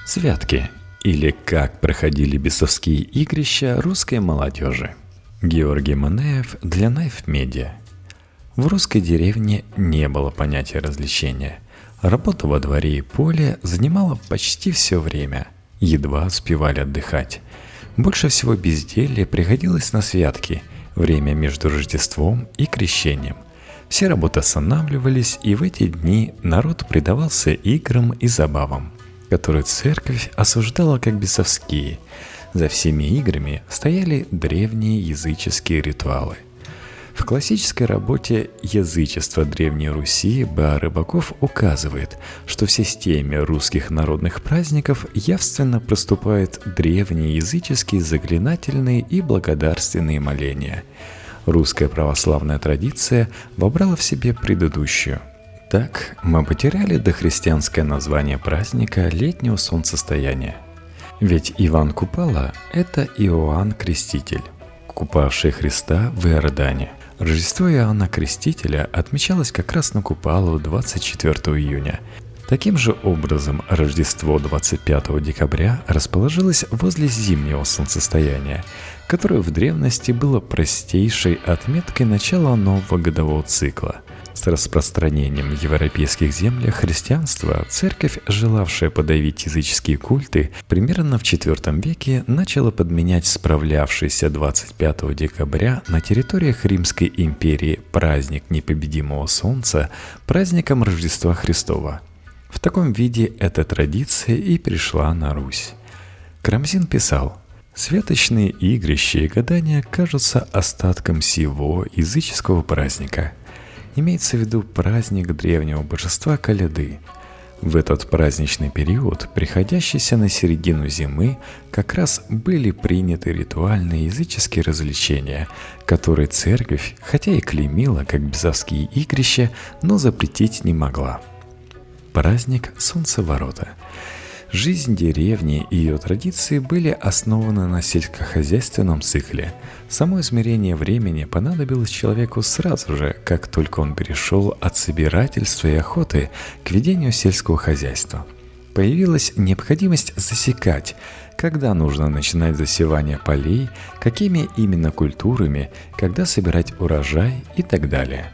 Святки, или как проходили бесовские игрища русской молодежи. Георгий Манеев для Knife Media. В русской деревне не было понятия развлечения. Работа во дворе и поле занимала почти все время. Едва успевали отдыхать. Больше всего безделья приходилось на святки, время между Рождеством и Крещением. Все работы останавливались, и в эти дни народ предавался играм и забавам, которые церковь осуждала как бесовские. За всеми играми стояли древние языческие ритуалы. В классической работе «Язычество Древней Руси» Б.А. Рыбаков указывает, что в системе русских народных праздников явственно проступают древние языческие заклинательные и благодарственные моления. Русская православная традиция вобрала в себе предыдущую. Так мы потеряли дохристианское название праздника летнего солнцестояния. Ведь Иван Купала – это Иоанн Креститель, купавший Христа в Иордане. Рождество Иоанна Крестителя отмечалось как раз на Купалу 24 июня. Таким же образом, Рождество 25 декабря расположилось возле зимнего солнцестояния, которое в древности было простейшей отметкой начала нового годового цикла. С распространением в европейских землях христианства церковь, желавшая подавить языческие культы, примерно в IV веке начала подменять справлявшийся 25 декабря на территориях Римской империи праздник непобедимого солнца праздником Рождества Христова. В таком виде эта традиция и пришла на Русь. Карамзин писал: «Святочные игрища и гадания кажутся остатком сего языческого праздника». Имеется в виду праздник древнего божества Коляды. В этот праздничный период, приходящийся на середину зимы, как раз были приняты ритуальные языческие развлечения, которые церковь, хотя и клеймила как бесовские игрища, но запретить не могла. Праздник Солнцеворота. Жизнь деревни и ее традиции были основаны на сельскохозяйственном цикле. Само измерение времени понадобилось человеку сразу же, как только он перешел от собирательства и охоты к ведению сельского хозяйства. Появилась необходимость засекать, когда нужно начинать засевание полей, какими именно культурами, когда собирать урожай и так далее.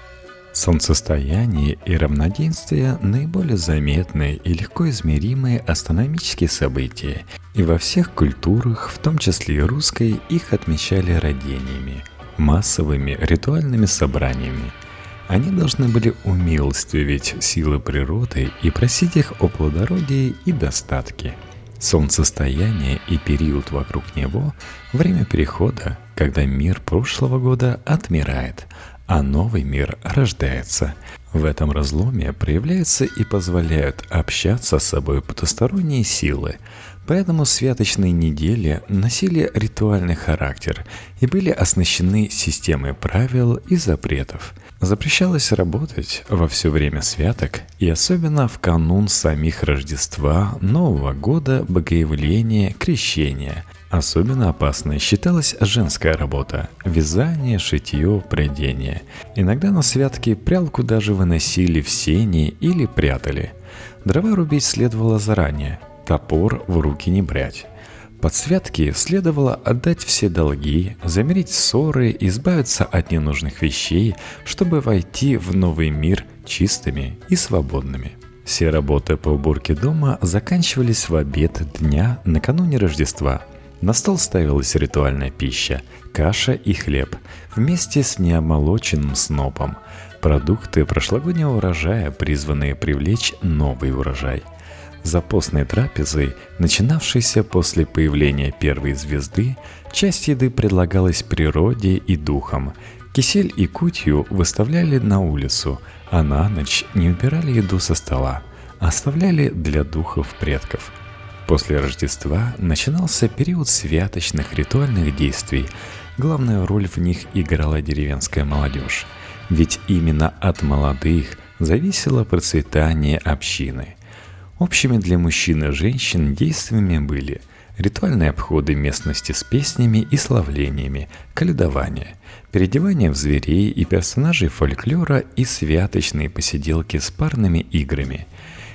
Солнцестояние и равноденствие – наиболее заметные и легко измеримые астрономические события, и во всех культурах, в том числе и русской, их отмечали родениями, массовыми ритуальными собраниями. Они должны были умилостивить силы природы и просить их о плодородии и достатке. Солнцестояние и период вокруг него – время перехода, когда мир прошлого года отмирает, а новый мир рождается. В этом разломе проявляются и позволяют общаться с собой потусторонние силы. Поэтому святочные недели носили ритуальный характер и были оснащены системой правил и запретов. Запрещалось работать во все время святок и особенно в канун самих Рождества, Нового года, Богоявления, Крещения. Особенно опасной считалась женская работа – вязание, шитье, прядение. Иногда на святки прялку даже выносили в сени или прятали. Дрова рубить следовало заранее, топор в руки не брать. Под святки следовало отдать все долги, замирить ссоры, избавиться от ненужных вещей, чтобы войти в новый мир чистыми и свободными. Все работы по уборке дома заканчивались в обед дня накануне Рождества. На стол ставилась ритуальная пища – каша и хлеб, вместе с неомолоченным снопом, продукты прошлогоднего урожая, призванные привлечь новый урожай. За постной трапезой, начинавшейся после появления первой звезды, часть еды предлагалась природе и духам. Кисель и кутью выставляли на улицу, а на ночь не убирали еду со стола, оставляли для духов предков. После Рождества начинался период святочных ритуальных действий. Главную роль в них играла деревенская молодежь, ведь именно от молодых зависело процветание общины. Общими для мужчин и женщин действиями были ритуальные обходы местности с песнями и славлениями, колядование, переодевание в зверей и персонажей фольклора и святочные посиделки с парными играми.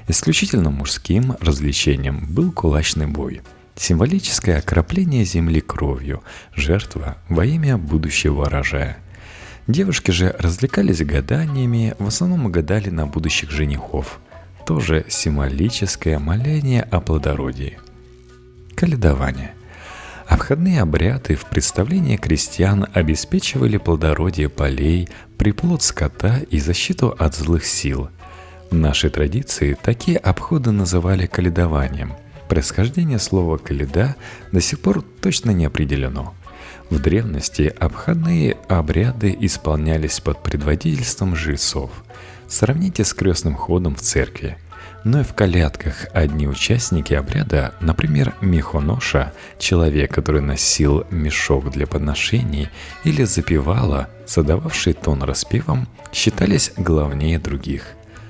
Исключительно мужским развлечением был кулачный бой. Символическое окропление земли кровью, жертва во имя будущего урожая. Девушки же развлекались гаданиями, в основном гадали на будущих женихов. Тоже символическое моление о плодородии. Каледование. Обходные обряды в представлении крестьян обеспечивали плодородие полей, приплод скота и защиту от злых сил. В нашей традиции такие обходы называли каледованием. Происхождение слова «каледа» до сих пор точно не определено. В древности обходные обряды исполнялись под предводительством жрецов. Сравните с крестным ходом в церкви. Но и в колядках одни участники обряда, например, мехоноша, человек, который носил мешок для подношений, или запевала, задававший тон распевом, считались главнее других.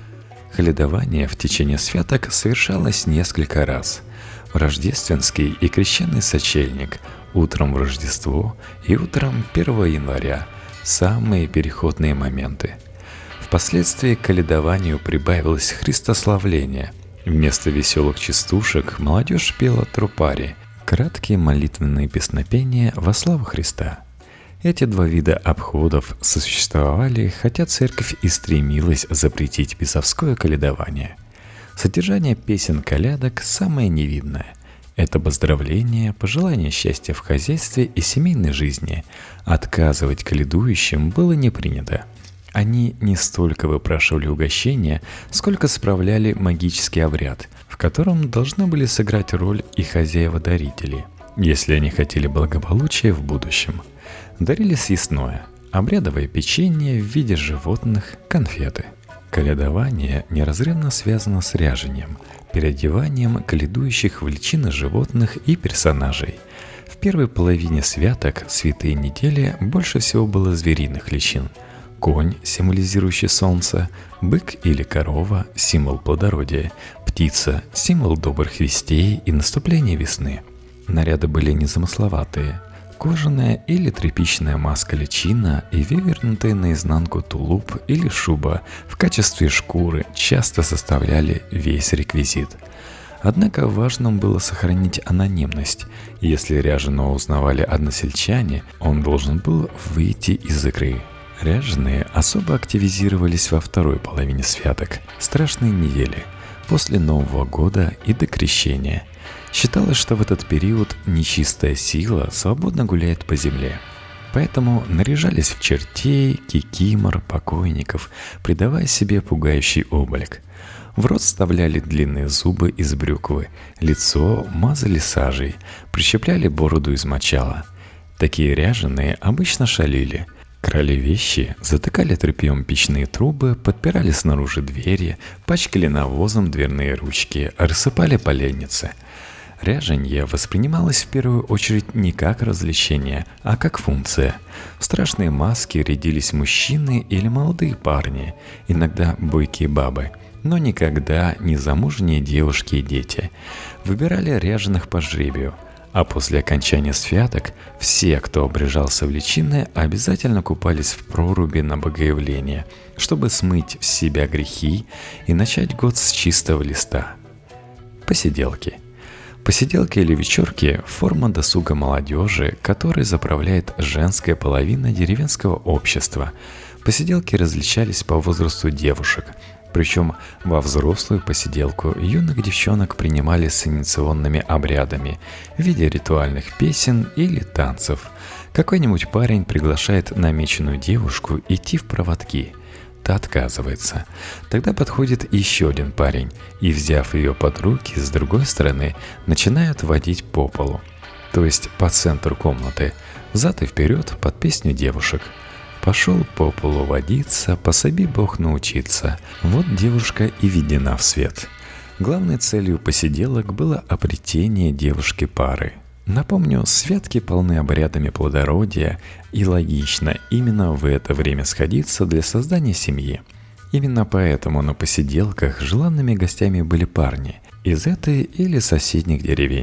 Каледование в течение святок совершалось несколько раз. В рождественский и крещенный сочельник, утром в Рождество и утром 1 января – самые переходные моменты. Впоследствии к каледованию прибавилось христославление. Вместо веселых частушек молодежь пела трупари – краткие молитвенные песнопения во славу Христа. Эти два вида обходов сосуществовали, хотя церковь и стремилась запретить бесовское каледование. Содержание песен-колядок самое невинное. Это поздравление, пожелание счастья в хозяйстве и семейной жизни. Отказывать каледующим было не принято. Они не столько выпрашивали угощения, сколько справляли магический обряд, в котором должны были сыграть роль и хозяева-дарители, если они хотели благополучия в будущем. Дарили съестное, обрядовое печенье в виде животных, конфеты. Каледование неразрывно связано с ряжением, переодеванием каледующих в личины животных и персонажей. В первой половине святок святые недели больше всего было звериных личин. Конь, символизирующий солнце, бык или корова – символ плодородия, птица – символ добрых вестей и наступления весны. Наряды были незамысловатые. Кожаная или тряпичная маска-личина и вывернутый наизнанку тулуп или шуба в качестве шкуры часто составляли весь реквизит. Однако важным было сохранить анонимность. Если ряженого узнавали односельчане, он должен был выйти из игры. Ряженые особо активизировались во второй половине святок, страшной недели, после Нового года и до Крещения. Считалось, что в этот период нечистая сила свободно гуляет по земле. Поэтому наряжались в чертей, кикимор, покойников, придавая себе пугающий облик. В рот вставляли длинные зубы из брюквы, лицо мазали сажей, прищепляли бороду из мочала. Такие ряженые обычно шалили. Крали вещи, затыкали тряпьем печные трубы, подпирали снаружи двери, пачкали навозом дверные ручки, рассыпали поленницы. Ряженье воспринималось в первую очередь не как развлечение, а как функция. В страшные маски рядились мужчины или молодые парни, иногда бойкие бабы, но никогда не замужние девушки и дети. Выбирали ряженых по жребию. А после окончания святок все, кто обрежался в личины, обязательно купались в проруби на Богоявление, чтобы смыть с себя грехи и начать год с чистого листа. Посиделки. Посиделки или вечерки – форма досуга молодежи, которой заправляет женская половина деревенского общества. Посиделки различались по возрасту девушек. Причем во взрослую посиделку юных девчонок принимали с инициационными обрядами в виде ритуальных песен или танцев. Какой-нибудь парень приглашает намеченную девушку идти в проводки. Та отказывается. Тогда подходит еще один парень и, взяв ее под руки с другой стороны, начинают водить по полу, то есть по центру комнаты, взад и вперед под песню девушек. Пошел по полу водиться, пособи Бог научиться. Вот девушка и введена в свет. Главной целью посиделок было обретение девушки пары. Напомню, святки полны обрядами плодородия, и логично именно в это время сходиться для создания семьи. Именно поэтому на посиделках желанными гостями были парни из этой или соседних деревень.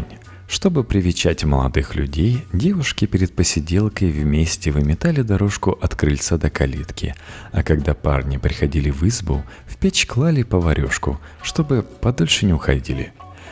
Чтобы привечать молодых людей, девушки перед посиделкой вместе выметали дорожку от крыльца до калитки, а когда парни приходили в избу, в печь клали поварёшку, чтобы подольше не уходили.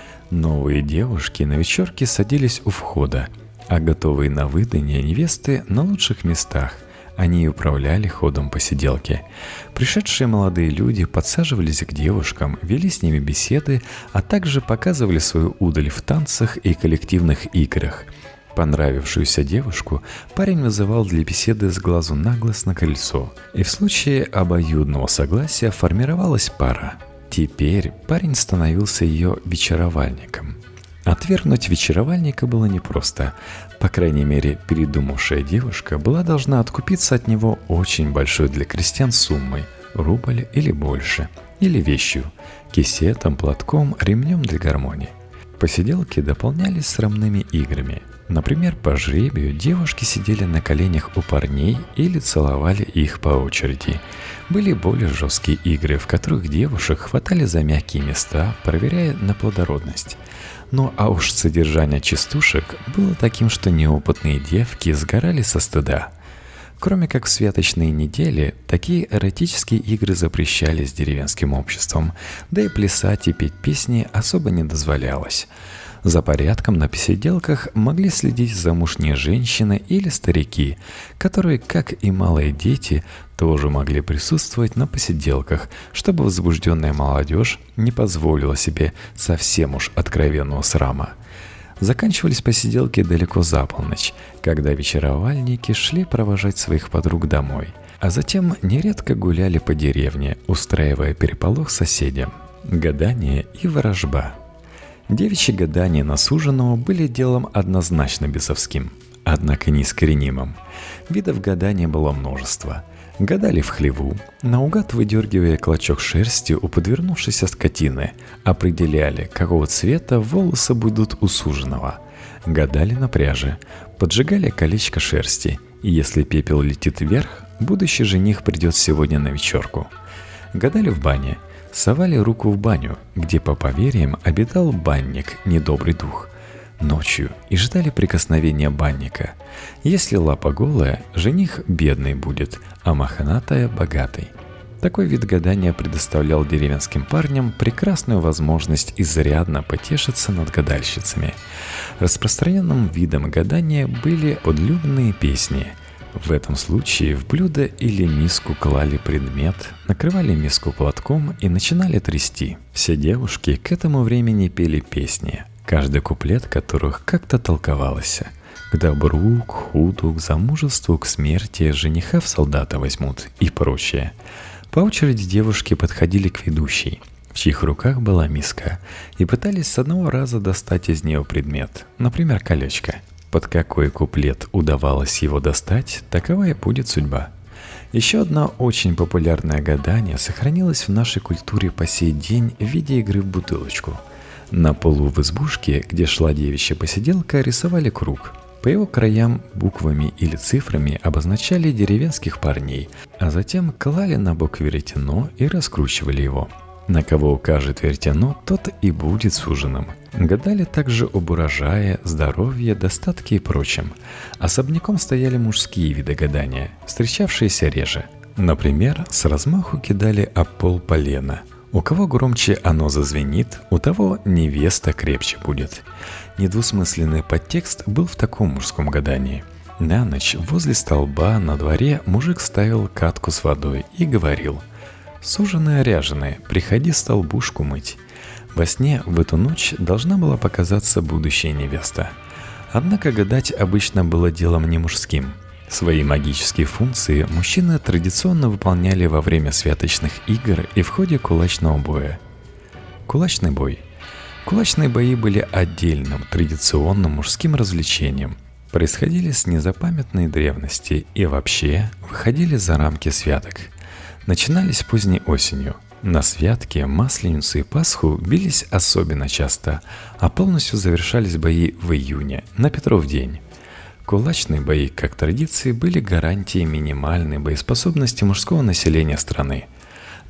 Новые девушки на вечерке садились у входа, а готовые на выданье невесты на лучших местах. Они управляли ходом посиделки. Пришедшие молодые люди подсаживались к девушкам, вели с ними беседы, а также показывали свою удаль в танцах и коллективных играх. Понравившуюся девушку парень вызывал для беседы с глазу на глаз на крыльцо, и в случае обоюдного согласия формировалась пара. Теперь парень становился ее вечеровальником. Отвергнуть вечеровальника было непросто. По крайней мере, передумавшая девушка была должна откупиться от него очень большой для крестьян суммой, рубль или больше, или вещью, кисетом, платком, ремнем для гармонии. Посиделки дополнялись срамными играми. Например, по жребию девушки сидели на коленях у парней или целовали их по очереди. Были более жесткие игры, в которых девушек хватали за мягкие места, проверяя на плодородность. Ну а уж содержание частушек было таким, что неопытные девки сгорали со стыда. Кроме как в святочные недели, такие эротические игры запрещались деревенским обществом, да и плясать и петь песни особо не дозволялось. За порядком на посиделках могли следить замужние женщины или старики, которые, как и малые дети, тоже могли присутствовать на посиделках, чтобы возбужденная молодежь не позволила себе совсем уж откровенного срама. Заканчивались посиделки далеко за полночь, когда вечеровальники шли провожать своих подруг домой, а затем нередко гуляли по деревне, устраивая переполох соседям. Гадание и ворожба. Девичьи гадания на суженого были делом однозначно бесовским, однако неискоренимым. Видов гадания было множество. Гадали в хлеву, наугад выдергивая клочок шерсти у подвернувшейся скотины, определяли, какого цвета волосы будут у суженого. Гадали на пряже, поджигали колечко шерсти, и если пепел летит вверх, будущий жених придет сегодня на вечерку. Гадали в бане. Совали руку в баню, где, по поверьям, обитал банник, недобрый дух, ночью, и ждали прикосновения банника. Если лапа голая, жених бедный будет, а мохнатая – богатый. Такой вид гадания предоставлял деревенским парням прекрасную возможность изрядно потешиться над гадальщицами. Распространенным видом гадания были подлюбные песни. В этом случае в блюдо или миску клали предмет, накрывали миску платком и начинали трясти. Все девушки к этому времени пели песни, каждый куплет которых как-то толковался. К добру, к худу, к замужеству, к смерти, жениха в солдата возьмут и прочее. По очереди девушки подходили к ведущей, в чьих руках была миска, и пытались с одного раза достать из нее предмет, например, колечко. Под какой куплет удавалось его достать, такова и будет судьба. Еще одно очень популярное гадание сохранилось в нашей культуре по сей день в виде игры в бутылочку. На полу в избушке, где шла девичья посиделка, рисовали круг. По его краям буквами или цифрами обозначали деревенских парней, а затем клали на бок веретено и раскручивали его. На кого укажет веретено, тот и будет суженым. Гадали также об урожае, здоровье, достатке и прочем. Особняком стояли мужские виды гадания, встречавшиеся реже. Например, с размаху кидали об пол полено. У кого громче оно зазвенит, у того невеста крепче будет. Недвусмысленный подтекст был в таком мужском гадании. На ночь возле столба на дворе мужик ставил катку с водой и говорил: «Суженая ряженая, приходи столбушку мыть». Во сне в эту ночь должна была показаться будущая невеста. Однако гадать обычно было делом не мужским. Свои магические функции мужчины традиционно выполняли во время святочных игр и в ходе кулачного боя. Кулачный бой. Кулачные бои были отдельным традиционным мужским развлечением. Происходили с незапамятной древности и вообще выходили за рамки святок. Начинались поздней осенью. На святки, Масленицу и Пасху бились особенно часто, а полностью завершались бои в июне, на Петров день. Кулачные бои, как традиции, были гарантией минимальной боеспособности мужского населения страны.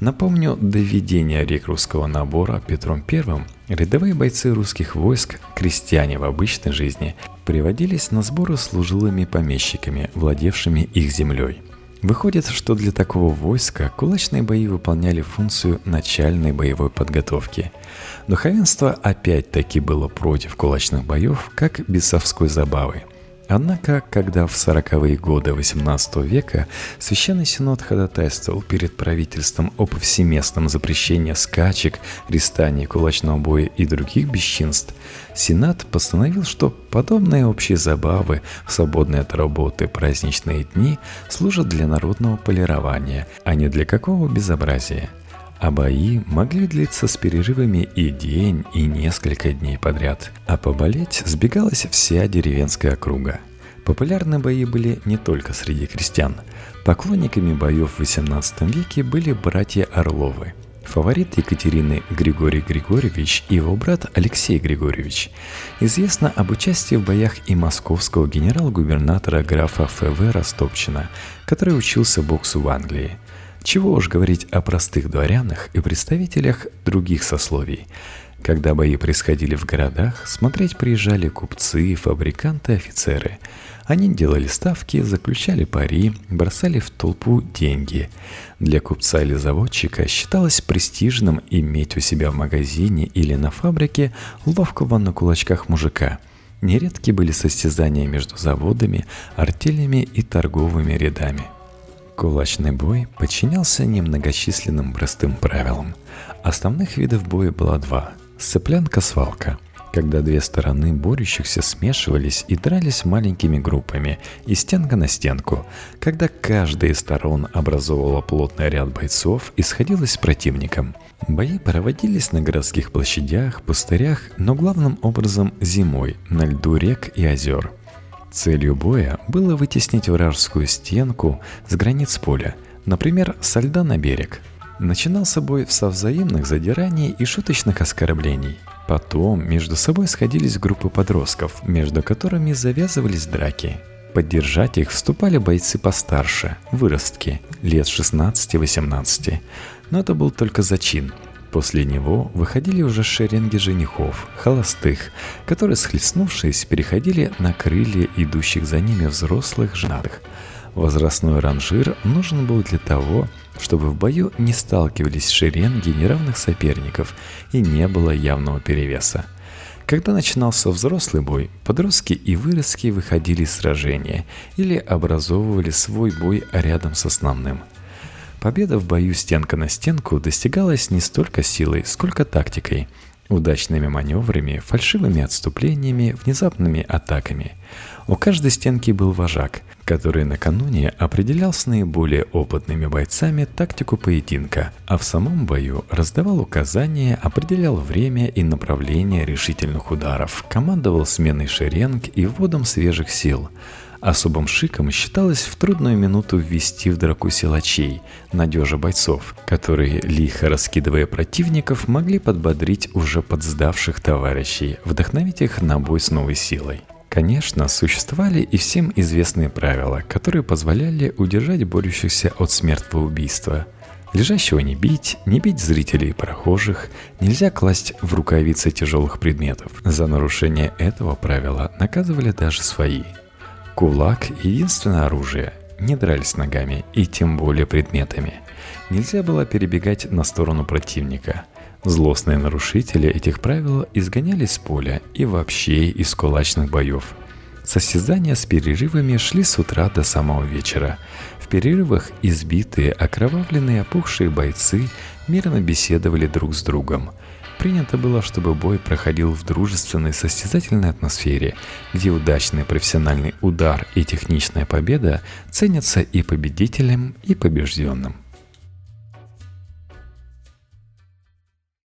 Напомню, до введения рекрутского набора Петром I рядовые бойцы русских войск, крестьяне в обычной жизни, приводились на сборы служилыми помещиками, владевшими их землей. Выходит, что для такого войска кулачные бои выполняли функцию начальной боевой подготовки. Духовенство опять-таки было против кулачных боев, как бесовской забавы. Однако, когда в 40-е годы XVIII века Священный Синод ходатайствовал перед правительством о повсеместном запрещении скачек, рестаний, кулачного боя и других бесчинств, Сенат постановил, что подобные общие забавы в свободные от работы праздничные дни служат для народного полирования, а не для какого безобразия. А бои могли длиться с перерывами и день, и несколько дней подряд. А поболеть сбегалась вся деревенская округа. Популярны бои были не только среди крестьян. Поклонниками боев в XVIII веке были братья Орловы. Фаворит Екатерины Григорий Григорьевич и его брат Алексей Григорьевич. Известно об участии в боях и московского генерал-губернатора графа Ф.В. Растопчина, который учился боксу в Англии. Чего уж говорить о простых дворянах и представителях других сословий. Когда бои происходили в городах, смотреть приезжали купцы, фабриканты, офицеры. Они делали ставки, заключали пари, бросали в толпу деньги. Для купца или заводчика считалось престижным иметь у себя в магазине или на фабрике ловкого на кулачках мужика. Нередки были состязания между заводами, артелями и торговыми рядами. Кулачный бой подчинялся немногочисленным простым правилам. Основных видов боя было два – сцеплянка-свалка, когда две стороны борющихся смешивались и дрались маленькими группами, и стенка на стенку, когда каждая из сторон образовывала плотный ряд бойцов и сходилась с противником. Бои проводились на городских площадях, пустырях, но главным образом зимой, на льду рек и озер. Целью боя было вытеснить вражескую стенку с границ поля, например, со льда на берег. Начинался бой со взаимных задираний и шуточных оскорблений. Потом между собой сходились группы подростков, между которыми завязывались драки. Поддержать их вступали бойцы постарше, выростки, лет 16-18. Но это был только зачин. После него выходили уже шеренги женихов, холостых, которые, схлестнувшись, переходили на крылья идущих за ними взрослых женатых. Возрастной ранжир нужен был для того, чтобы в бою не сталкивались шеренги неравных соперников и не было явного перевеса. Когда начинался взрослый бой, подростки и выростки выходили из сражения или образовывали свой бой рядом с основным. Победа в бою стенка на стенку достигалась не столько силой, сколько тактикой, удачными маневрами, фальшивыми отступлениями, внезапными атаками. У каждой стенки был вожак, который накануне определял с наиболее опытными бойцами тактику поединка, а в самом бою раздавал указания, определял время и направление решительных ударов, командовал сменой шеренг и вводом свежих сил. Особым шиком считалось в трудную минуту ввести в драку силачей, надежа бойцов, которые, лихо раскидывая противников, могли подбодрить уже подсдавших товарищей, вдохновить их на бой с новой силой. Конечно, существовали и всем известные правила, которые позволяли удержать борющихся от смертоубийства. Лежащего не бить зрителей и прохожих, нельзя класть в рукавицы тяжелых предметов. За нарушение этого правила наказывали даже свои. Кулак – единственное оружие. Не дрались ногами и тем более предметами. Нельзя было перебегать на сторону противника. Злостные нарушители этих правил изгонялись с поля и вообще из кулачных боев. Состязания с перерывами шли с утра до самого вечера. В перерывах избитые, окровавленные, опухшие бойцы мирно беседовали друг с другом. Принято было, чтобы бой проходил в дружественной состязательной атмосфере, где удачный профессиональный удар и техничная победа ценятся и победителем, и побежденным.